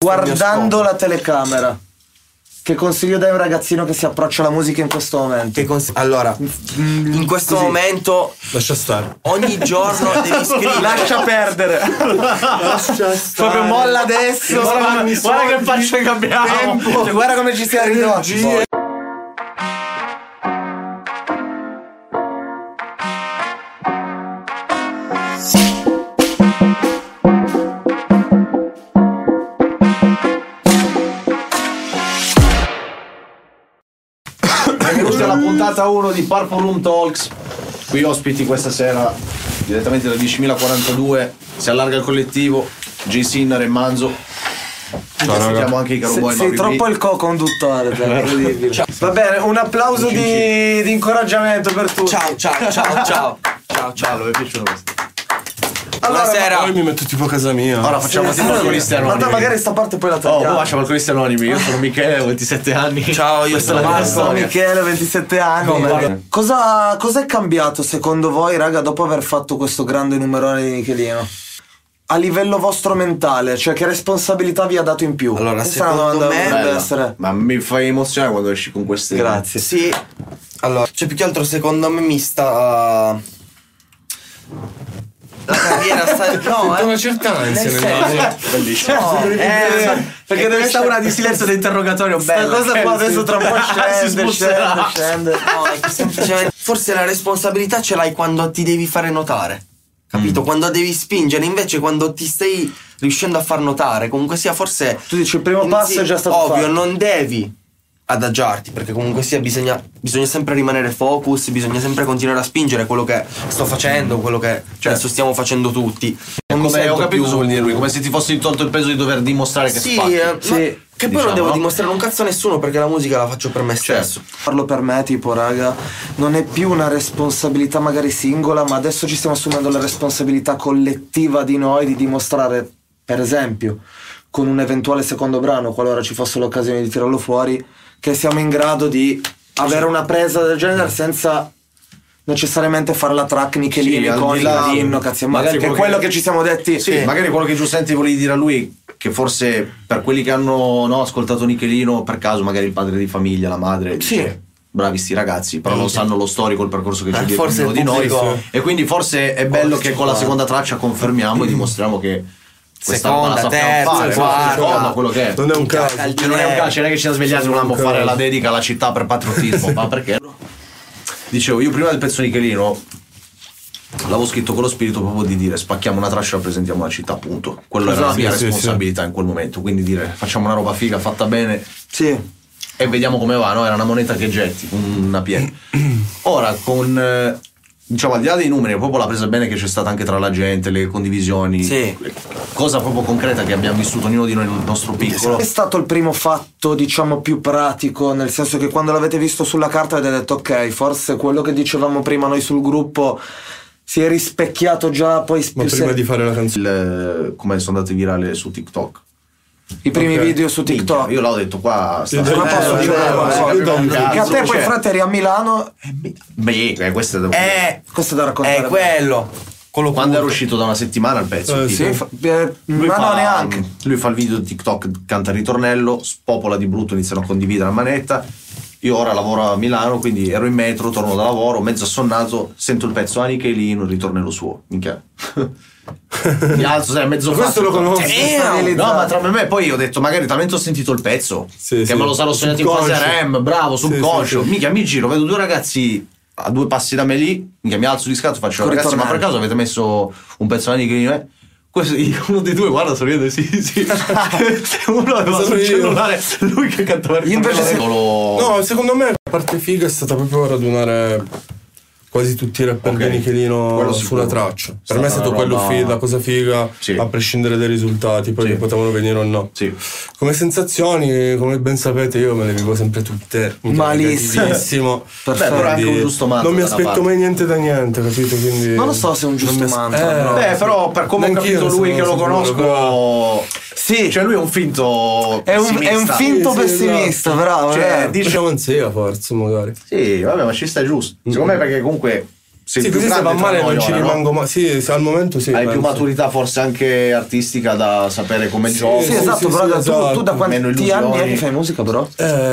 guardando la telecamera. Che consiglio dai a un ragazzino che si approccia alla musica in questo momento? Allora, in questo momento lascia stare. Ogni giorno devi scrivere. Lascia perdere. Lascia stare. Proprio molla adesso. Guarda che faccia che abbiamo. Cioè, guarda come ci stiamo ridotto. Benvenuti alla puntata 1 di Purple Room Talks. Qui ospiti questa sera direttamente da 10.042. Si allarga il collettivo J Sinner e Manzo. Sentiamo anche i Caroboi. Sei troppo il co-conduttore, incredibile. Va bene, un applauso di incoraggiamento per tutti. Ciao. Ciao, mi è piaciuto questo. Buonasera. Poi mi metto tipo a casa mia. Ora facciamo tipo alcolisti anonimi. Guarda, magari sta parte poi la tagliamo. Poi facciamo alcolisti anonimi. Io sono Michele, ho 27 anni. Ciao, io sono Sono Michele, 27 anni. Cosa è cambiato secondo voi, raga, dopo aver fatto questo grande numerone di Michelino? A livello vostro mentale, cioè che responsabilità vi ha dato in più? Allora, questa è una secondo domanda me che deve essere. Ma mi fai emozionare quando esci con queste. Grazie. Sì. Allora, cioè più che altro secondo me mi sta la carriera sta Tutta una certa ansia nel Bellissimo. Perché deve stare una di silenzio di interrogatorio bella. Questa cosa qua adesso tra un po' scende. No, è che semplicemente forse la responsabilità ce l'hai quando ti devi fare notare. Capito? Quando devi spingere, invece quando ti stai riuscendo a far notare, comunque sia forse Tu dici il primo passo è già stato ovvio, fatto. non devi adagiarti, perché comunque sia bisogna sempre rimanere focus, bisogna sempre continuare a spingere quello che sto facendo, quello che adesso stiamo facendo tutti. Come ho capito cosa vuol dire lui, come se ti fossi tolto il peso di dover dimostrare che spacchi. Sì, che poi non devo dimostrare un cazzo a nessuno, perché la musica la faccio per me stesso. Parlo per me, tipo, raga, non è più una responsabilità magari singola, ma adesso ci stiamo assumendo la responsabilità collettiva di noi di dimostrare, per esempio, con un eventuale secondo brano, qualora ci fosse l'occasione di tirarlo fuori, che siamo in grado di avere una presa del genere senza necessariamente fare la track Michelini con l'inno, cazzo, magari che è quello che ci siamo detti. Sì, magari quello che giustamente volevi dire a lui, che forse per quelli che hanno ascoltato Michelino per caso, magari il padre di famiglia, la madre, dice, bravi sti ragazzi, però non sanno lo storico, il percorso che c'è dietro forse di noi, sì. E quindi forse è bello che con la seconda traccia confermiamo e dimostriamo che questa roba la sappiamo fare, quello che è. Non è un caso. Cioè, non è un caso, non è che ci siamo svegliati e volevamo fare la dedica alla città per patriottismo, ma perché? Dicevo, io prima del pezzo di Michelino l'avevo scritto con lo spirito proprio di dire spacchiamo una traccia e rappresentiamo la città, punto. Quella era la mia responsabilità in quel momento, quindi dire facciamo una roba figa, fatta bene, e vediamo come va, no? Era una moneta che getti, una pietra. Ora con diciamo al di là dei numeri, proprio la presa bene che c'è stata anche tra la gente, le condivisioni, cosa proprio concreta che abbiamo vissuto ognuno di noi nel nostro piccolo. È stato il primo fatto, diciamo, più pratico, nel senso che quando l'avete visto sulla carta avete detto ok, forse quello che dicevamo prima noi sul gruppo si è rispecchiato già poi ma prima di fare la canzone come sono andate virali su TikTok i primi video su TikTok. Io l'ho detto qua che a te poi frate eri a Milano. Questo è da raccontare. È quello quando era uscito da una settimana il pezzo neanche. Lui fa il video di TikTok, canta il ritornello, spopola di brutto, iniziano a condividere la manetta. Io ora lavoro a Milano, quindi ero in metro, torno da lavoro, mezzo assonnato, sento il pezzo Michelino, il ritornello suo, minchia. Mi alzo, sai, mezzo questo lo conosco. No, ma tra me e me poi ho detto magari talmente ho sentito il pezzo che me lo sarò sognato in fase REM, bravo, subconscio. Minchia, mi giro, vedo due ragazzi a 2 passi da me lì, minchia, mi alzo di scatto, faccio ragazzi, ma per caso avete messo un pezzo di Michelino? Uno dei due guarda sorride, sì. Uno aveva sul cellulare, lui che cantava il No, secondo me la parte figa è stata proprio radunare quasi tutti i rapper di Michelino sulla traccia. Per me è stato quello la cosa figa, a prescindere dai risultati, poi che potevano venire o no. Come sensazioni, come ben sapete, io me le vivo sempre tutte malissimo. Però anche un giusto manto. Non mi aspetto mai niente da niente, capito? Quindi non lo so se è un giusto manto. Però per come ho capito lui che lo conosco, sì, cioè lui è un finto pessimista. È un finto pessimista, bravo. Cioè, dice avanzia forse magari. Sì, vabbè, ma ci sta giusto. Secondo me perché comunque Sì, così se va male non ci rimango mai. Sì, al momento sì. Hai più maturità forse anche artistica da sapere come giochi. Sì, esatto, però tu da quanti anni è che fai musica, bro?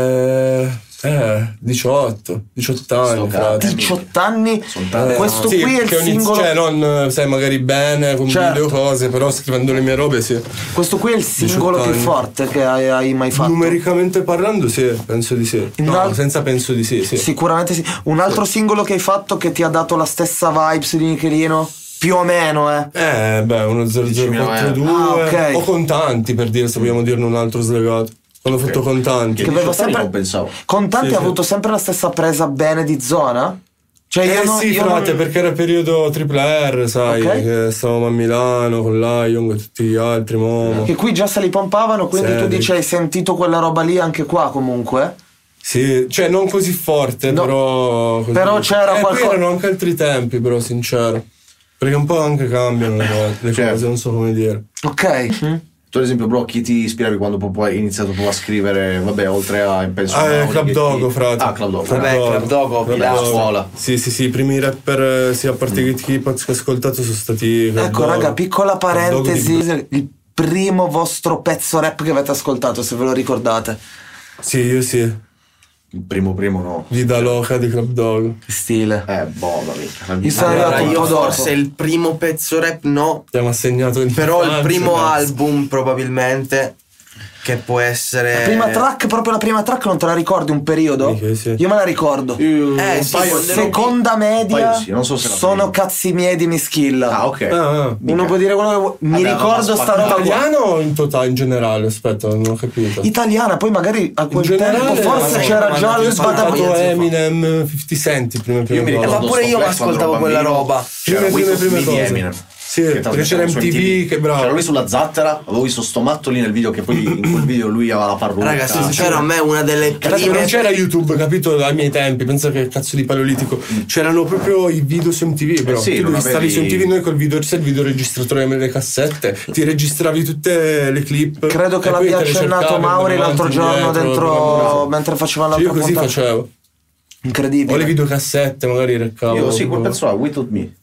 18 anni. 18 anni? Questo sì, qui è il singolo. Cioè, non sai magari bene con video cose, però scrivendo le mie robe, sì. Questo qui è il singolo più forte che hai mai fatto? Numericamente parlando, sì, penso di sì. No, senza penso di sì. Sicuramente sì. Un altro singolo che hai fatto che ti ha dato la stessa vibes di Michelino? Più o meno, uno 0042 okay. O Contanti, per dire, se vogliamo dirne un altro slegato. Quando ho fatto Contanti. Che aveva sempre, non pensavo. Contanti ha avuto sempre la stessa presa bene di zona? Cioè perché era periodo tripla R, sai, che stavamo a Milano con Lion e tutti gli altri, Momo. Che qui già se li pompavano, quindi tu dici hai sentito quella roba lì anche qua comunque? Sì, cioè non così forte, però... Così. Però c'era qualcosa... Poi erano anche altri tempi, però, sincero. Perché un po' anche cambiano le cose, non so come dire. Ok. Tu ad esempio, bro, chi ti ispiravi quando proprio hai iniziato a scrivere, vabbè, oltre a penso Club Dogo, frate. Club Dogo. Vabbè, Club Dogo, la scuola. Sì, i primi rapper sia a parte Gatekeepers che ho ascoltato sono stati Club Ecco, Dogo. raga, piccola parentesi, il primo vostro pezzo rap che avete ascoltato, se ve lo ricordate. Sì, io sì. Il primo no. Vida Loca di Club Dogo. Che stile. Io forse il primo pezzo rap no. Abbiamo assegnato però il primo album probabilmente, che può essere la prima track non te la ricordi un periodo? Sì. Io me la ricordo. Seconda media non so se sono cazzi miei di Mischilla. Ok. Uno può dire quello che vuoi. Mi ricordo sta roba italiano o in totale, in generale? Aspetta, non ho capito. Italiana, poi magari a quel tempo forse c'era già il ascoltato Eminem, 50 Cent prima. Ma pure io ascoltavo quella roba. Prime cose. Sì, perché c'era MTV, che bravo. C'era lui sulla zattera, avevo visto sto matto lì nel video, che poi in quel video lui aveva la parrucca. Ragazzi, sincero, a me una delle prime... Non c'era YouTube, capito, ai miei tempi, pensa che cazzo di paleolitico. C'erano proprio i video su MTV, però. Tu devi stare su MTV, noi col video, c'è il videoregistratore nelle cassette, ti registravi tutte le clip. Credo che l'abbia accennato Mauri l'altro giorno dentro, mentre facevano l'altra puntata. Io così facevo. Incredibile. O le videocassette, magari reccavo. Io sì, quel pezzo là, Without Me.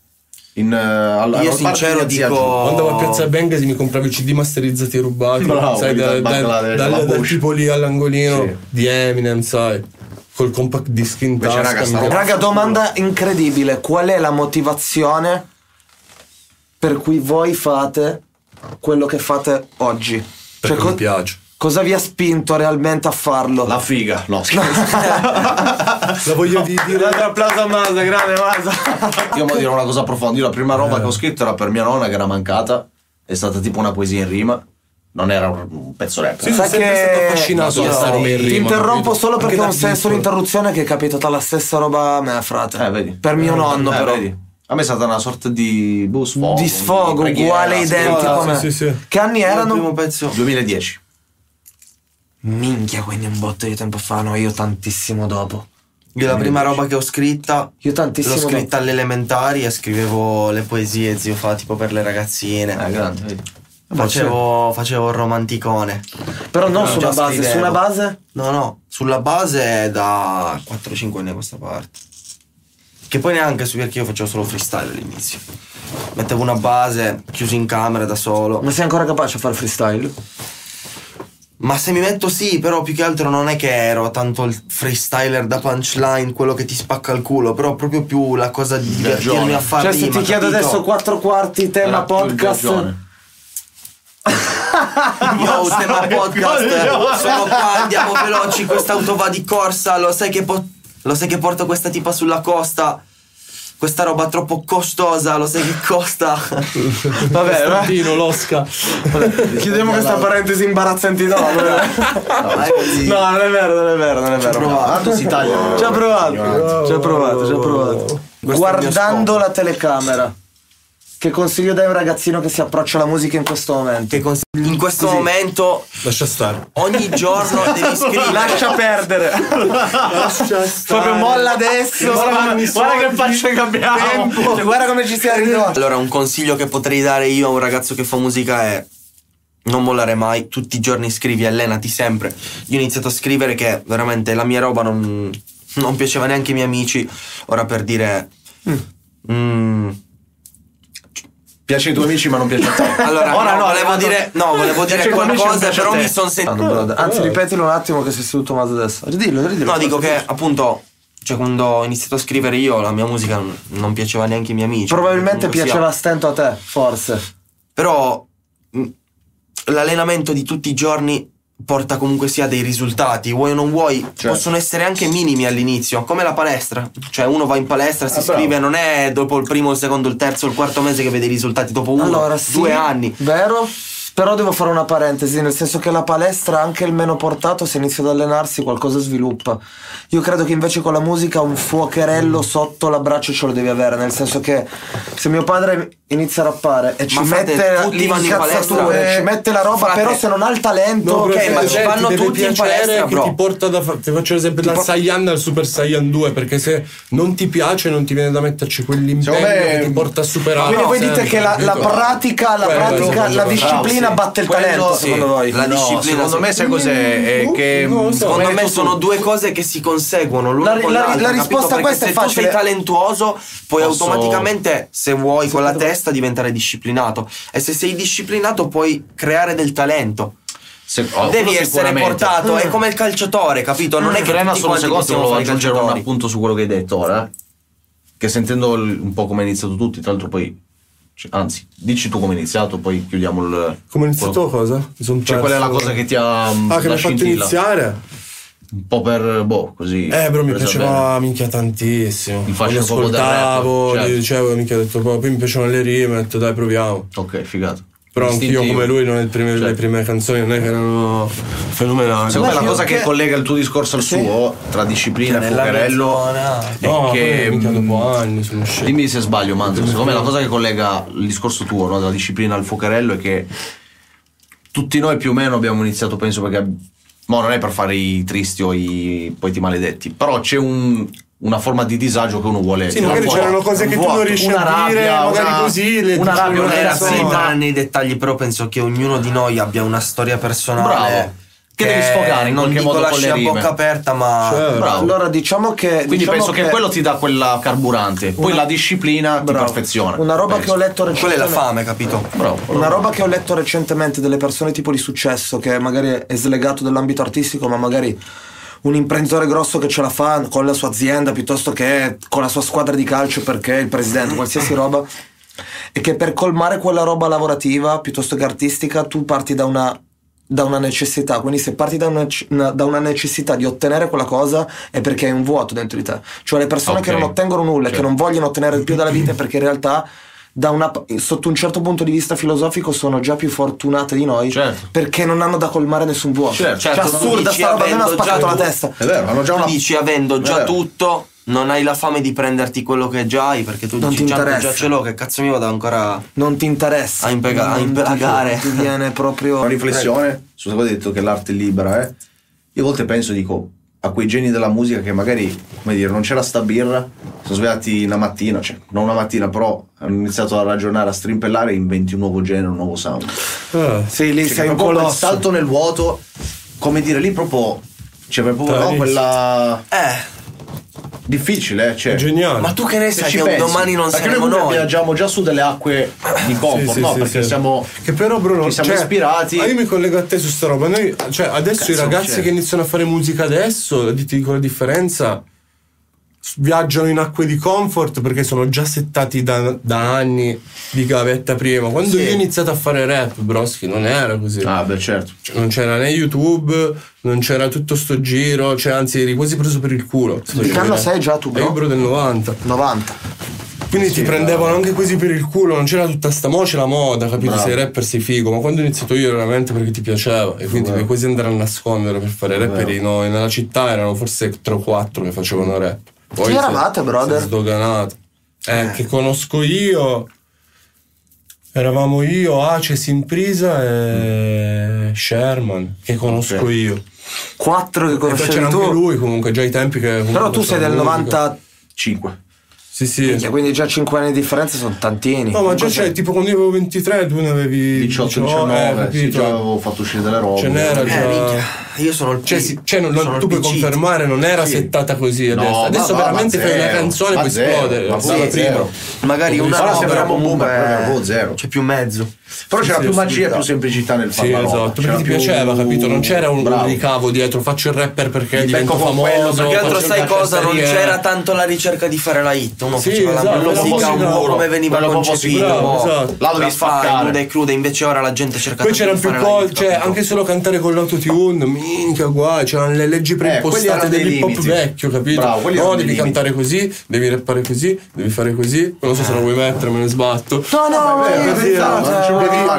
Io sincero dico, quando andavo a Piazza Bengasi mi compravi i CD masterizzati e rubati, sai, dal tipo lì all'angolino di Eminem, sai, col compact disc in tasca. Raga, domanda incredibile: qual è la motivazione per cui voi fate quello che fate oggi? Perché mi piace. Cosa vi ha spinto realmente a farlo? La figa, no. La voglio dire. Un altro applauso a Masa, grande Masa. Io voglio dire una cosa profonda. Io la prima roba che ho scritto era per mia nonna, che era mancata. È stata tipo una poesia in rima. Non era un pezzo rap. Sì, sai che stato affascinato da stare in rima. Ti interrompo solo perché ho un senso di interruzione che è capitata la stessa roba a me, frate. Vedi. Per mio nonno, però. Vedi. A me è stata una sorta di sfogo. Di sfogo, uguale, identico. Sì. Che anni erano? Il primo pezzo 2010. Minchia, quindi un botto di tempo fa. No, io tantissimo dopo. Io la prima roba che ho scritta, io tantissimo l'ho scritta alle elementari e scrivevo le poesie, zio, fa tipo per le ragazzine. Grande, vedi. Facevo il romanticone. Però non sulla base, su una base? No, sulla base è da 4-5 anni a questa parte. Che poi neanche su, perché io facevo solo freestyle all'inizio. Mettevo una base, chiuso in camera da solo. Ma sei ancora capace a fare freestyle? Ma se mi metto sì, però più che altro non è che ero tanto il freestyler da punchline, quello che ti spacca il culo, però proprio più la cosa di divertirmi a fare. Cioè, se ti chiedo adesso 4 quarti tema podcast. Io tema podcast, sono qua, andiamo veloci, quest'auto va di corsa, lo sai che porto questa tipa sulla costa. Questa roba troppo costosa, lo sai che costa. Vabbè, l'osca. Chiudiamo questa parentesi imbarazzante dopo. No, non è vero. Tanto si taglia. Ci ha provato. Guardando la telecamera, che consiglio dai a un ragazzino che si approccia alla musica in questo momento? In questo momento lascia stare. Ogni giorno devi scrivere. Lascia perdere. Lascia stare. Proprio molla adesso. Guarda che faccia che abbiamo. Cioè, guarda come ci stiamo arrivando. Allora, un consiglio che potrei dare io a un ragazzo che fa musica è: non mollare mai, tutti i giorni scrivi, allenati sempre. Io ho iniziato a scrivere che veramente la mia roba non piaceva neanche ai miei amici. Ora, per dire, Piace ai tuoi amici ma non piace a te. Allora, ora volevo dire qualcosa, però mi sono sentito. Anzi, ripetilo un attimo che sei seduto male adesso. Ridillo. No, dico che appunto, cioè quando ho iniziato a scrivere io, la mia musica non piaceva neanche ai miei amici. Probabilmente piaceva a stento a te, forse. Però l'allenamento di tutti i giorni porta comunque sia dei risultati, vuoi o non vuoi, possono essere anche minimi all'inizio, come la palestra. Cioè uno va in palestra, si iscrive, non è dopo il primo, il secondo, il terzo, il quarto mese che vede i risultati, dopo 2 anni. Vero? Però devo fare una parentesi, nel senso che la palestra, anche il meno portato, se inizia ad allenarsi qualcosa sviluppa. Io credo che invece con la musica un fuocherello sotto la braccia ce lo devi avere, nel senso che se mio padre inizia a rappare e ci mette l'incazzatura, ci mette la roba, però se non ha il talento, ok, ma ci vanno tutti in palestra, che ti porta ti faccio l'esempio dal Saiyan al Super Saiyan 2, perché se non ti piace non ti viene da metterci quell'impegno che ti porta a superare. Quindi voi dite che la pratica, la disciplina batte il talento, secondo voi? La disciplina, secondo me sai cos'è? È che secondo me sono due cose che si conseguono l'una con l'altra. La risposta a questa è facile. Se tu sei talentuoso, puoi automaticamente, se vuoi con la testa, diventare disciplinato, e se sei disciplinato puoi creare del talento. Devi essere portato, è come il calciatore, capito? Non è che frena solo un secondo, volevo aggiungere un calciatori. appunto su quello che hai detto ora, che sentendo un po' come hai iniziato tutti, tra l'altro poi anzi, dici tu come hai iniziato, poi chiudiamo il... Come hai iniziato cosa? Qual è la cosa che ti ha... che mi ha fatto iniziare? Un po' per... così... Però mi piaceva minchia tantissimo. Il fascino proprio del rap, dicevo, minchia, ho detto, poi mi piacevano le rime, ho detto dai proviamo. Ok, figato. Però anch'io come lui non le prime canzoni non è che erano fenomenali. Secondo me la cosa che collega il tuo discorso al suo, tra disciplina e fuocherello, è che dopo anni sono uscito. Dimmi se sbaglio, Manzo. Secondo me la cosa che collega il discorso tuo, no, dalla disciplina al fuocherello, è che tutti noi più o meno abbiamo iniziato, penso, perché non è per fare i tristi o i poeti maledetti, però c'è una forma di disagio che uno vuole. Sì, magari c'erano cose che tu non riesci a dire, magari così. Una rabbia, non era entrare nei dettagli, però penso che ognuno di noi abbia una storia personale. Bravo. Che devi sfogare in qualche modo con le rime. A bocca aperta, ma allora diciamo che quindi penso che quello ti dà quella carburante, poi la disciplina ti perfeziona. Una roba che ho letto recentemente, quella è la fame, capito? Una roba che ho letto recentemente delle persone tipo di successo, che magari è slegato dall'ambito artistico, ma magari un imprenditore grosso che ce la fa con la sua azienda piuttosto che con la sua squadra di calcio perché è il presidente, qualsiasi roba, e che per colmare quella roba lavorativa piuttosto che artistica tu parti da una necessità. Quindi se parti da una necessità di ottenere quella cosa è perché hai un vuoto dentro di te. Cioè le persone che non ottengono nulla e che non vogliono ottenere di più dalla vita è perché in realtà sotto un certo punto di vista filosofico sono già più fortunate di noi, perché non hanno da colmare nessun vuoto. Cioè assurda sta roba, a me mi ha spaccato la testa. È vero, hanno già tu dici avendo già tutto non hai la fame di prenderti quello che già hai, perché tu non dici già ce l'ho, che cazzo mi vado ancora non ti interessa a impagare. Ti viene proprio una riflessione su cosa hai detto, che l'arte è libera, io a volte penso, dico, a quei geni della musica che magari, come dire, non c'era sta birra, sono svegliati una mattina, cioè non una mattina, però hanno iniziato a ragionare, a strimpellare e inventi un nuovo genere, un nuovo sound. Sì, lì sei un colosso. Il salto nel vuoto, come dire, lì proprio c'è proprio quella difficile, cioè geniale. Ma tu che ne sai che un domani non saremo noi? Perché noi viaggiamo già su delle acque di comfort, perché siamo, che però Bruno, ci siamo ispirati. Io mi collego a te su sta roba. Noi, adesso i ragazzi che iniziano a fare musica adesso, ti dico la differenza, viaggiano in acque di comfort perché sono già settati da anni di gavetta prima. Quando io ho iniziato a fare rap, Broski, non era così. Certo. Non c'era né YouTube, non c'era tutto sto giro, anzi eri quasi preso per il culo. Di che anno sei già tu, bro? Io del 90. Quindi ti prendevano anche così per il culo, non c'era tutta sta c'è la moda, capito? Sei rapper, sei figo, ma quando ho iniziato io era veramente perché ti piaceva e quindi devi quasi andare a nascondere per fare rap. Nella città erano forse 3 o 4 che facevano rap. Poi chi eravate, brother? Sdoganato. Che conosco io. Eravamo io, Aces in Prisa e Sherman, che conosco io. 4 che conoscevi c'era tu? Anche lui comunque, già ai tempi che... Però tu sei del 95. Sì. Quindi già 5 anni di differenza sono tantini. No, ma già c'è, tipo quando io avevo 23, tu ne avevi 18, 19, già avevo fatto uscire delle robe. Ce n'era già. Io sono il tu puoi confermare, non era settata così adesso veramente fai una canzone e poi esplode. Magari ora sembriamo un boomer, zero. C'è più mezzo. Però c'era più magia e più semplicità nel farlo. Sì, esatto, perché ti piaceva, capito? Non c'era un ricavo dietro, faccio il rapper perché divento famoso. Perché altro sai cosa? Non c'era tanto la ricerca di fare la hit. Uno faceva la musica un po' come veniva concepito. La dovevi spaccare. Nuda e cruda, invece ora la gente cerca di fare. Poi c'erano più cose, cioè anche solo cantare con l'autotune, minchia guai, c'erano le leggi preimpostate dell'hip hop vecchio, capito? No, devi cantare così, devi rappare così, devi fare così. Non so se lo vuoi mettere, me ne sbatto. No,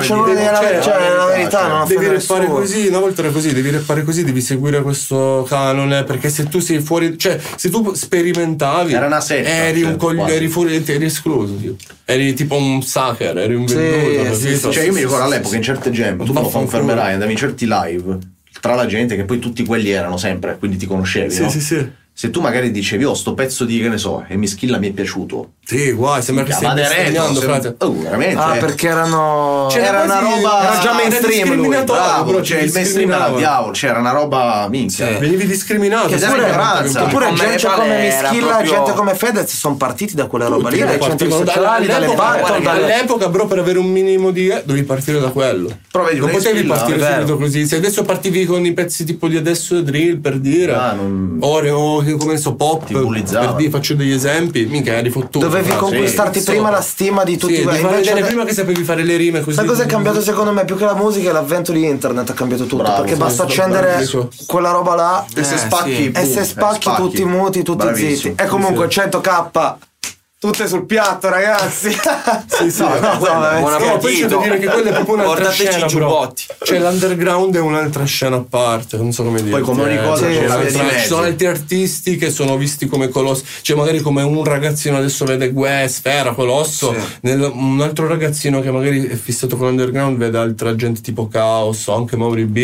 la verità non devi rappare così, una volta era così, devi rappare così, devi seguire questo canone, perché se tu sei fuori, cioè se tu sperimentavi era una setta, eri un coglione, eri escluso, tipo. Eri tipo un sucker, eri un venduto, capito? Cioè io mi ricordo all'epoca in certe jam, tu me lo confermerai, andavi in certi live tra la gente che poi tutti quelli erano sempre, quindi ti conoscevi, no? Sì. Se tu magari dicevi sto pezzo di, che ne so, e Mischilla mi è piaciuto. Sì, guai, sembra che stai bestemmiando, frate. Veramente. Perché erano c'era una roba. Era già mainstream lui. Bravo, cioè il mainstream era il diavolo, c'era una roba minchia. Venivi discriminato. Che pure gente come Mischilla, gente come Fedez sono partiti da quella roba lì, dai centri sociali, dalle battle. All'epoca, bro, per avere un minimo di dovevi partire da quello. Però vedi, non potevi partire subito così. Se adesso partivi con i pezzi tipo di adesso drill, per dire, Oreo, come so, pop, per dire, faccio degli esempi, minchia eri fottuto. Dovevi conquistarti prima la stima di tutti. Prima che sapevi fare le rime così. Sai cosa è cambiato secondo me? Più che la musica, l'avvento di internet ha cambiato tutto. Perché basta accendere quella roba là e se spacchi tutti muti, tutti zitti. E comunque 100k tutte sul piatto, ragazzi. Poi c'è da dire che quella è proprio un'altra scena, bro. Cioè l'underground è un'altra scena a parte, non so come dire. Poi come ogni cosa ci sono altri artisti che sono visti come colossi, cioè magari come un ragazzino adesso vede Sfera, Colosso, un altro ragazzino che magari è fissato con l'underground vede altra gente tipo Caos o anche Mauri B.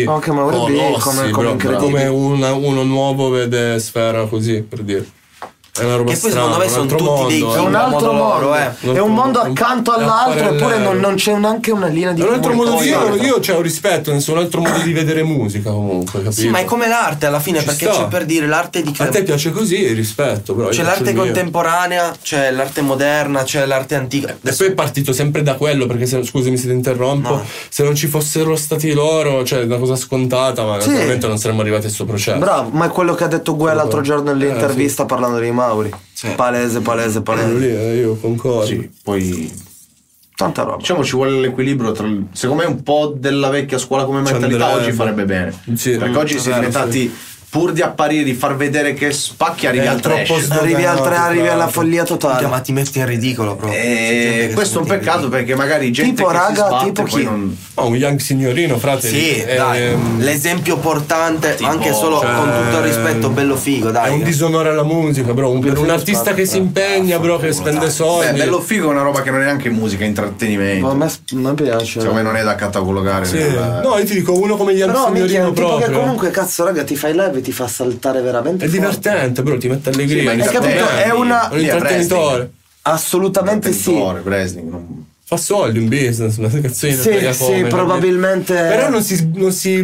Come uno nuovo vede Sfera, così, per dire. È una roba che poi strana, secondo me sono tutti dei è un altro mondo, è un mondo accanto all'altro, eppure non c'è neanche una linea di è un altro modo di io c'ho rispetto, è un altro modo di vedere musica comunque, capito? Sì, ma è come l'arte alla fine, perché c'è per dire l'arte di a te piace così, rispetto, però c'è l'arte contemporanea, c'è l'arte moderna, c'è l'arte antica. E poi è partito sempre da quello, perché scusami se ti interrompo, se non ci fossero stati loro, cioè una cosa scontata, ma naturalmente non saremmo arrivati a questo processo. Bravo, ma è quello che ha detto Gue l'altro giorno nell'intervista parlando di Mauri. Palese. Io concordo. Sì, poi tanta roba. Diciamo ci vuole l'equilibrio tra, secondo me un po' della vecchia scuola come mentalità oggi farebbe bene. Perché oggi si è diventati pur di apparire, di far vedere che spacchi, arrivi al trash, arrivi alla follia totale. Ma ti metti in ridicolo proprio. Questo è un peccato, perché magari gente tipo che si sbatte, tipo chi? Un young signorino, frate. Sì, dai, l'esempio portante, tipo, anche solo con tutto il rispetto, bello figo, dai. È un disonore alla musica, bro. Per un artista che si impegna, bro, che spende soldi. Bello figo è una roba che non è neanche musica, è intrattenimento. A me non piace. Secondo me non è da catalogare. No, io ti dico, uno come young signorino proprio. Che comunque, cazzo, raga, ti fai live e ti fa saltare veramente è divertente, bro, ti mette allegria. È un intrattenitore. Assolutamente sì. Fa soldi in business, una cazzina. Sì, probabilmente. Però non si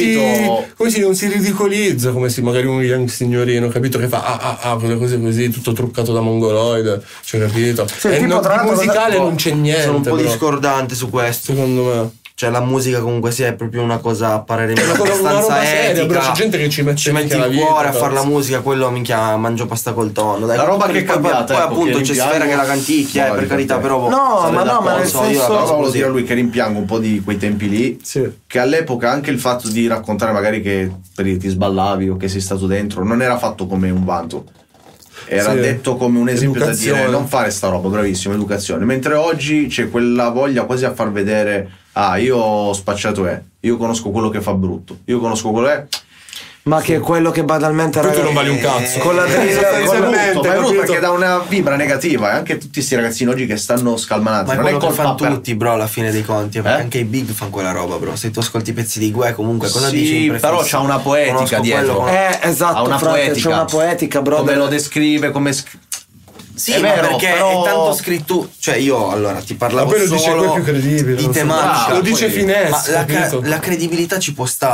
ridicolizza come se magari un young signorino, capito, che fa quelle cose così, tutto truccato da mongoloide, cioè, capito? E musicale non c'è niente. Sono un po' discordante su questo, secondo me. Cioè la musica comunque sia è proprio una cosa a parere mio abbastanza etica, bro, c'è gente che ci mette il cuore a fare la musica, quello minchia mangio pasta col tonno, dai, la roba che è cambiata, poi appunto c'è Sfera che la canticchia, per carità, però ma nel senso volevo dire a lui che rimpiango un po' di quei tempi lì, che all'epoca anche il fatto di raccontare magari che ti sballavi o che sei stato dentro non era fatto come un vanto, era detto come un esempio da dire non fare sta roba, bravissimo, educazione. Mentre oggi c'è quella voglia quasi a far vedere io ho spacciato io conosco quello che fa brutto, io conosco quello ma che è quello che banalmente tu non vali un cazzo con la brutto perché dà una vibra negativa, e anche tutti questi ragazzini oggi che stanno scalmanati, ma non è colpa tutti, bro, alla fine dei conti, perché anche i big fanno quella roba, bro. Se tu ascolti i pezzi di Gue comunque cosa dici? Però c'ha una poetica dietro, esatto, ha una poetica, c'è una poetica, bro, come lo descrive, come sì, è vero, perché è tanto scritto, cioè io allora ti parlavo solo dice più credibile, di tematica, lo dice finesse, ma la credibilità ci può stare,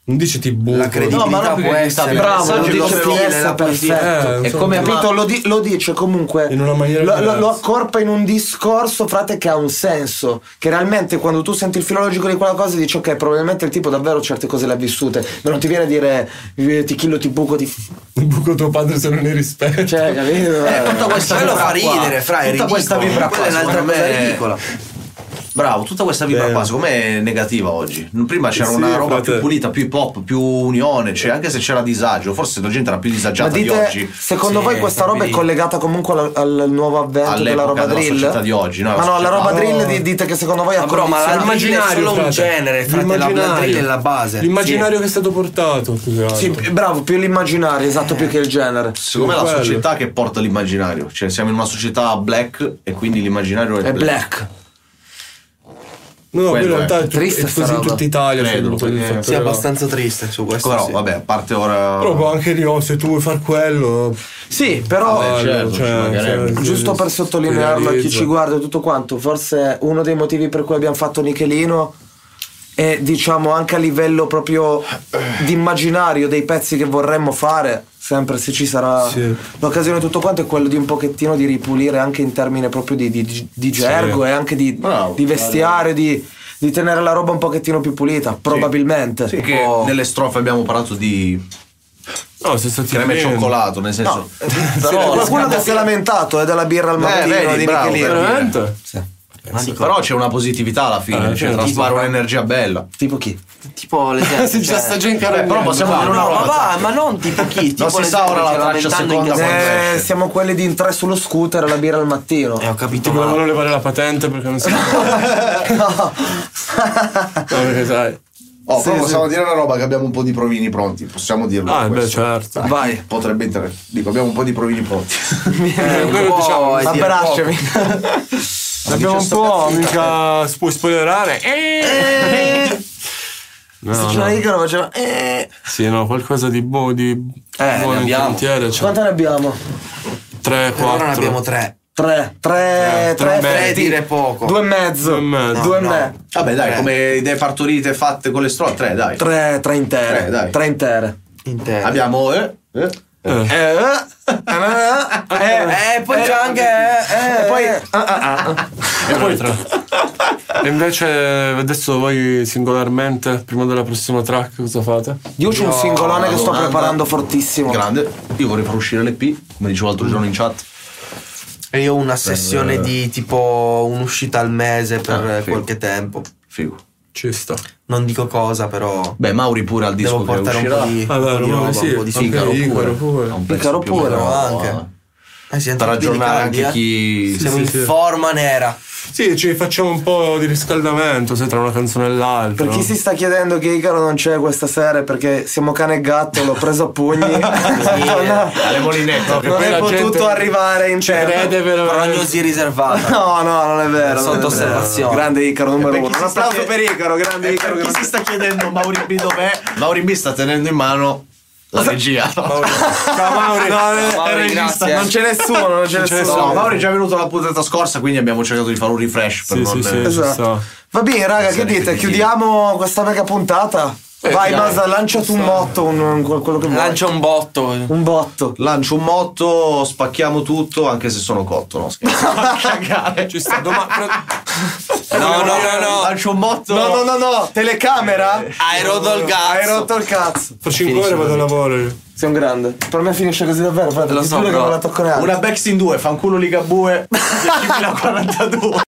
Non dice ti buco. La credibilità può essere. Bravo, lo lo dice stile, la poesia. è come capito, lo dice comunque in una maniera lo accorpa in un discorso, frate, che ha un senso, che realmente quando tu senti il filologico di quella cosa dici ok, probabilmente il tipo davvero certe cose le ha vissute, ma non ti viene a dire ti chillo, ti buco tuo padre se non ne rispetta, cioè, capito? Tutta questa lo fa ridere, fra, è tutta questa vibra qua, è un'altra secondo cosa me ridicola. Bravo, tutta questa vibra qua secondo me è negativa oggi. Prima c'era una roba più pulita, più hip hop, più unione, cioè anche se c'era disagio, forse la gente era più disagiata di oggi. Secondo voi questa roba è collegata comunque al nuovo avvento della roba drill? Società di oggi, no? Ma no, la roba drill dite che secondo voi ha ma l'immaginario è solo un genere, frate, la drill è la base. L'immaginario che è stato portato. Sì, bravo, più l'immaginario, esatto, più che il genere. Secondo me è la società che porta l'immaginario, cioè siamo in una società black e quindi l'immaginario è black. No, in realtà è triste, così in tutta Italia. Sì, è abbastanza triste su questo. Però vabbè, a parte ora. Però anche lì, se tu vuoi far quello. Sì, però certo, giusto per sottolinearlo a chi ci guarda e tutto quanto, forse uno dei motivi per cui abbiamo fatto Nichelino è, diciamo, anche a livello proprio di immaginario dei pezzi che vorremmo fare, sempre se ci sarà l'occasione, tutto quanto, è quello di un pochettino di ripulire anche in termini proprio di gergo e anche di vestiario, di tenere la roba un pochettino più pulita, probabilmente. Sì, che nelle strofe abbiamo parlato di creme e cioccolato, nel senso. Però qualcuno che si è lamentato della birra al mattino di Nichelino. Veramente? Sì. Però c'è una positività alla fine, cioè traspare un'energia bella. Tipo chi? Tipo l'esempio. Se già sta già in però possiamo dire una roba. Ma non tipo chi? Non si sa ora la traccia seconda. Siamo quelli di in tre sullo scooter e la birra al mattino. Ho capito. Ti volevano levare la patente perché non si No. perché sai. Però possiamo dire una roba, che abbiamo un po' di provini pronti, possiamo dirlo. Beh, certo. Vai. Potrebbe interessare. Dico, abbiamo un po' di provini pronti. Quello diciamo, abbracciami. abbiamo un po', mica puoi spoilerare. Se c'è una Icaro faceva Sì, no, qualcosa di buono in cantiere. Quante ne abbiamo? 3, 4. Ora ne abbiamo 3. 3 dire poco. 2,5. 2,5. Vabbè, dai, come idee partorite fatte con le strofe, 3, dai. 3 intere. Dai. 3 intere. Abbiamo poi c'è anche E poi 3. E invece adesso voi singolarmente, prima della prossima track, cosa fate? Io c'ho un singolone che sto preparando fortissimo. Grande. Io vorrei far uscire l'EP, come dicevo l'altro giorno in chat. E io ho una sessione di tipo un'uscita al mese per qualche tempo. Figo. Ci sta. Non dico cosa, però. Beh, Mauri pure al disco devo portare che un po' di roba, un po' di Icaro pure. Icaro pure anche. Per aggiornare anche chi. Siamo in forma nera. Sì, ci facciamo un po' di riscaldamento, se tra una canzone e l'altra. Per chi si sta chiedendo che Icaro non c'è questa sera è perché siamo cane e gatto, l'ho preso a pugni. Alle molinette. Non è potuto arrivare in tempo. Crede Prognosi riservata. No, non è vero. Sotto osservazione. Grande Icaro numero 1. Un applauso per Icaro, grande Icaro. Chi si sta chiedendo Mauri B dov'è? Mauri B sta tenendo in mano la regia. Ciao Mauri. Mauri, grazie. Non c'è nessuno, No, Mauri è già venuto la puntata scorsa, quindi abbiamo cercato di fare un refresh per non. Esatto. Va bene, raga, che dite? Chiudiamo questa mega puntata? Vai, Masa, lanciati un motto, quello che vuoi. Lancia un botto. Un botto. Lancio un motto, spacchiamo tutto, anche se sono cotto, no? Cagare. Ci sta domani. No. Lancio un motto. No. Telecamera? Hai rotto il cazzo. Hai rotto il cazzo. Fra 5 ore vado a lavoro. Sei un grande. Per me finisce così davvero, frate. Lo so, che non la tocco neanche. Una Bex in 2, fanculo Ligabue 10.042.